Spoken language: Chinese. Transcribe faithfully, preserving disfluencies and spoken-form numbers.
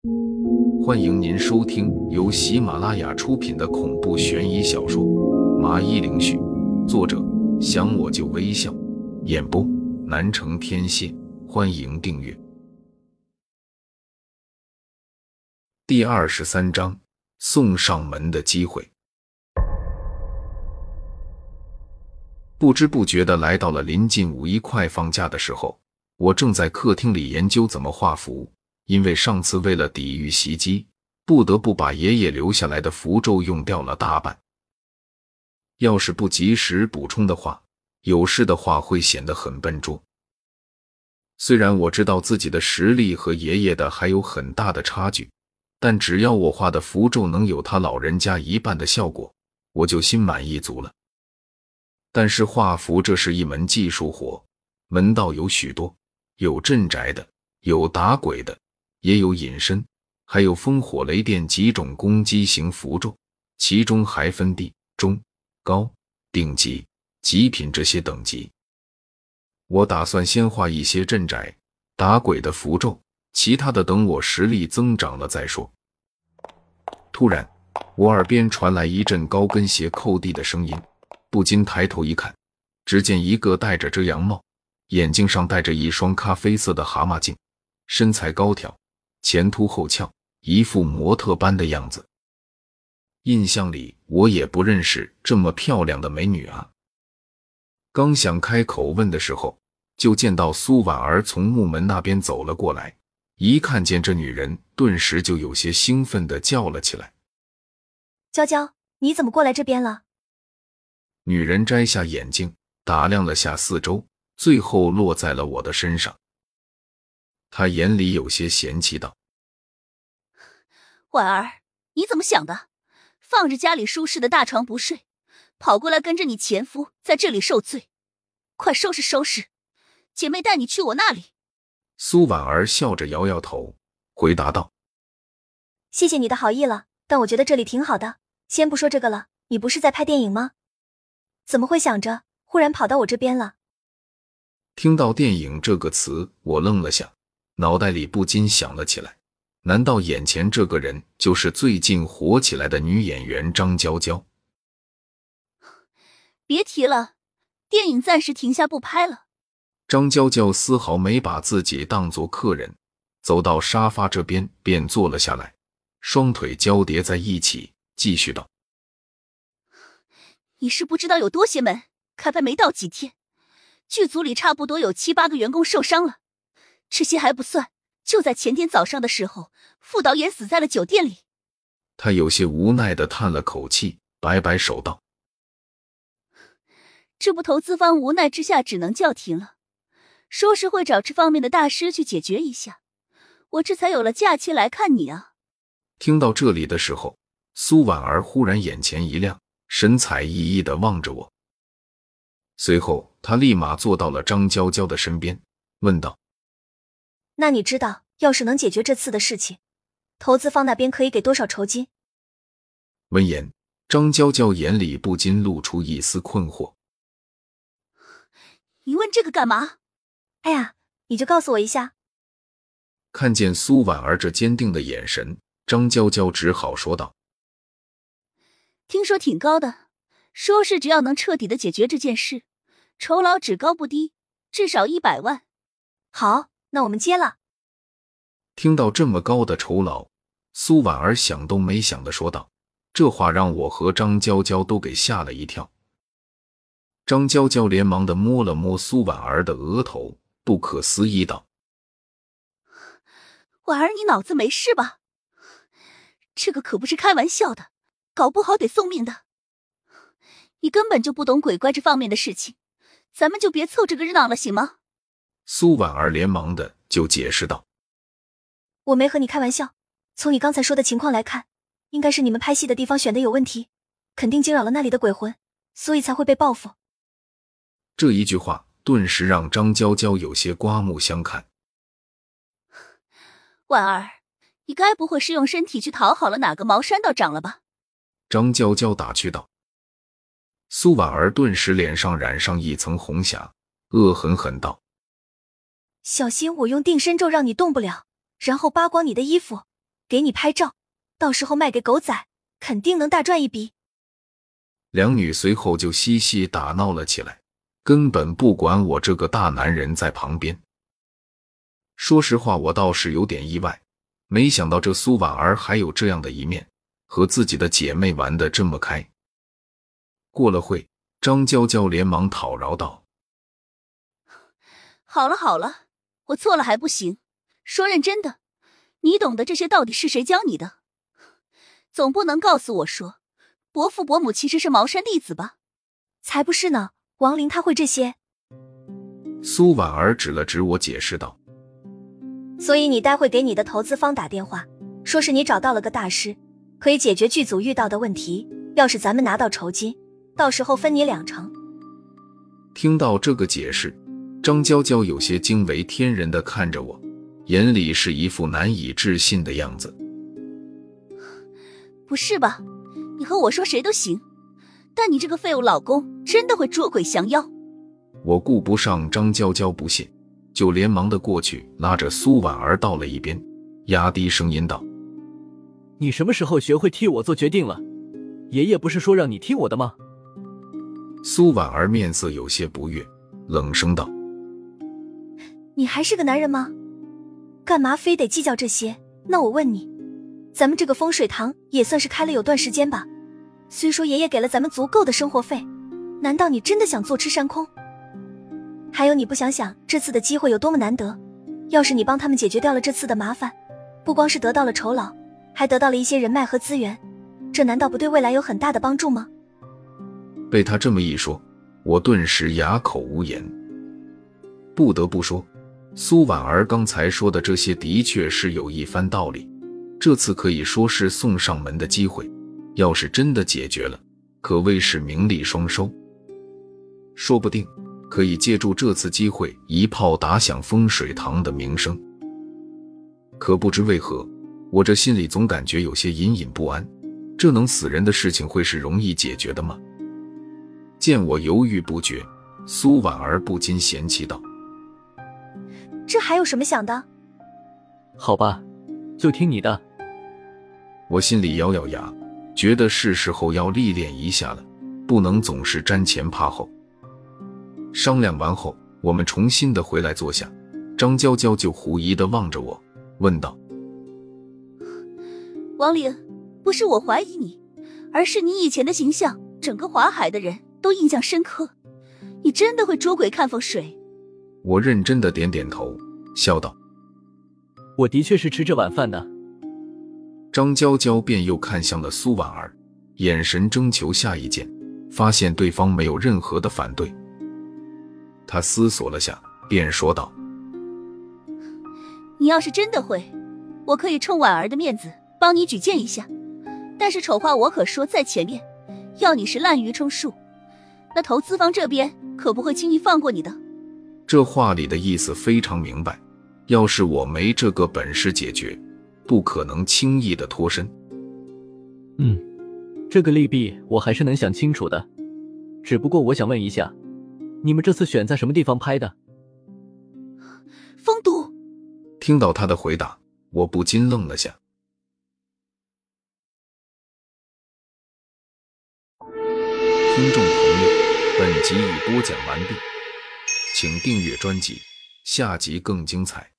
欢迎您收听由喜马拉雅出品的恐怖悬疑小说《麻衣灵絮》，作者想我就微笑，演播南城天蝎。欢迎订阅。第二十三章，送上门的机会。不知不觉地来到了临近五一快放假的时候，我正在客厅里研究怎么画符，因为上次为了抵御袭击，不得不把爷爷留下来的符咒用掉了大半。要是不及时补充的话，有事的话会显得很笨拙。虽然我知道自己的实力和爷爷的还有很大的差距，但只要我画的符咒能有他老人家一半的效果，我就心满意足了。但是画符这是一门技术活，门道有许多，有镇宅的，有打鬼的，也有隐身，还有风火雷电几种攻击型符咒，其中还分低、中、高、顶级、极品这些等级。我打算先画一些镇宅、打鬼的符咒，其他的等我实力增长了再说。突然，我耳边传来一阵高跟鞋扣地的声音，不禁抬头一看，只见一个戴着遮阳帽，眼睛上戴着一双咖啡色的蛤蟆镜，身材高挑，前凸后翘，一副模特般的样子。印象里我也不认识这么漂亮的美女啊。刚想开口问的时候，就见到苏婉儿从木门那边走了过来，一看见这女人，顿时就有些兴奋地叫了起来： 娇娇，你怎么过来这边了？ 女人摘下眼镜，打量了下四周，最后落在了我的身上。她眼里有些嫌弃道： 婉儿，你怎么想的？放着家里舒适的大床不睡，跑过来跟着你前夫在这里受罪，快收拾收拾，姐妹带你去我那里。 苏婉儿笑着摇摇头，回答道： 谢谢你的好意了，但我觉得这里挺好的。先不说这个了，你不是在拍电影吗？怎么会想着忽然跑到我这边了？ 听到电影这个词，我愣了下，脑袋里不禁想了起来，难道眼前这个人就是最近火起来的女演员张娇娇？ 别提了，电影暂时停下不拍了。 张娇娇丝毫没把自己当作客人，走到沙发这边便坐了下来，双腿交叠在一起，继续道： 你是不知道有多邪门，开拍没到几天，剧组里差不多有七八个员工受伤了。这些还不算，就在前天早上的时候，副导演死在了酒店里。 他有些无奈地叹了口气，摆摆手道： 这部投资方无奈之下只能叫停了，说是会找这方面的大师去解决一下，我这才有了假期来看你啊。 听到这里的时候，苏婉儿忽然眼前一亮，神采奕奕地望着我。随后她立马坐到了张娇娇的身边，问道： 那你知道要是能解决这次的事情，投资方那边可以给多少酬金？ 闻言，张娇娇眼里不禁露出一丝困惑。 你问这个干嘛？ 哎呀，你就告诉我一下。 看见苏婉儿这坚定的眼神，张娇娇只好说道： 听说挺高的，说是只要能彻底的解决这件事，酬劳只高不低，至少一百万。 好，那我们接了。 听到这么高的酬劳，苏婉儿想都没想地说道，这话让我和张娇娇都给吓了一跳。张娇娇连忙地摸了摸苏婉儿的额头，不可思议道： 婉儿，你脑子没事吧？这个可不是开玩笑的，搞不好得送命的。你根本就不懂鬼怪这方面的事情，咱们就别凑这个热闹了，行吗？ 苏婉儿连忙的就解释道： 我没和你开玩笑，从你刚才说的情况来看，应该是你们拍戏的地方选的有问题，肯定惊扰了那里的鬼魂，所以才会被报复。 这一句话顿时让张娇娇有些刮目相看。 婉儿，你该不会是用身体去讨好了哪个茅山道长了吧？ 张娇娇打趣道。苏婉儿顿时脸上染上一层红霞，恶狠狠道： 小心我用定身咒让你动不了，然后扒光你的衣服， 给你拍照，到时候卖给狗仔，肯定能大赚一笔。 两女随后就嬉戏打闹了起来，根本不管我这个大男人在旁边。说实话，我倒是有点意外，没想到这苏婉儿还有这样的一面，和自己的姐妹玩得这么开。过了会，张娇娇连忙讨饶道： 好了好了，我错了还不行？说认真的，你懂得这些到底是谁教你的？总不能告诉我说伯父伯母其实是茅山弟子吧？ 才不是呢，王林他会这些。 苏婉儿指了指我解释道： 所以你待会给你的投资方打电话，说是你找到了个大师，可以解决剧组遇到的问题，要是咱们拿到酬金，到时候分你两成。 听到这个解释，张娇娇有些惊为天人地看着我，眼里是一副难以置信的样子。 不是吧，你和我说谁都行，但你这个废物老公真的会捉鬼降妖？ 我顾不上张娇娇不信，就连忙地过去拉着苏婉儿到了一边，压低声音道： 你什么时候学会替我做决定了？爷爷不是说让你听我的吗？ 苏婉儿面色有些不悦，冷声道： 你还是个男人吗？干嘛非得计较这些？那我问你，咱们这个风水堂也算是开了有段时间吧，虽说爷爷给了咱们足够的生活费，难道你真的想坐吃山空？还有你不想想这次的机会有多么难得，要是你帮他们解决掉了这次的麻烦，不光是得到了酬劳，还得到了一些人脉和资源，这难道不对未来有很大的帮助吗？ 被他这么一说，我顿时哑口无言。不得不说，苏婉儿刚才说的这些的确是有一番道理，这次可以说是送上门的机会，要是真的解决了，可谓是名利双收，说不定可以借助这次机会一炮打响风水堂的名声。可不知为何，我这心里总感觉有些隐隐不安，这能死人的事情会是容易解决的吗？见我犹豫不决，苏婉儿不禁嫌弃道： 这还有什么想的？ 好吧，就听你的。 我心里咬咬牙，觉得是时候要历练一下了，不能总是瞻前怕后。商量完后，我们重新的回来坐下，张娇娇就狐疑的望着我，问道： 王林，不是我怀疑你，而是你以前的形象，整个华海的人都印象深刻，你真的会捉鬼看风水？ 我认真的点点头，笑道： 我的确是吃这碗饭的。 张娇娇便又看向了苏婉儿，眼神征求下一件，发现对方没有任何的反对。她思索了下，便说道： 你要是真的会，我可以冲婉儿的面子帮你举荐一下，但是丑话我可说在前面，要你是滥竽充数，那投资方这边可不会轻易放过你的。 这话里的意思非常明白，要是我没这个本事解决，不可能轻易的脱身。 嗯，这个利弊我还是能想清楚的，只不过我想问一下，你们这次选在什么地方拍的？ 丰都。 听到他的回答，我不禁愣了下。听众朋友，本集已播讲完毕，请订阅专辑，下集更精彩。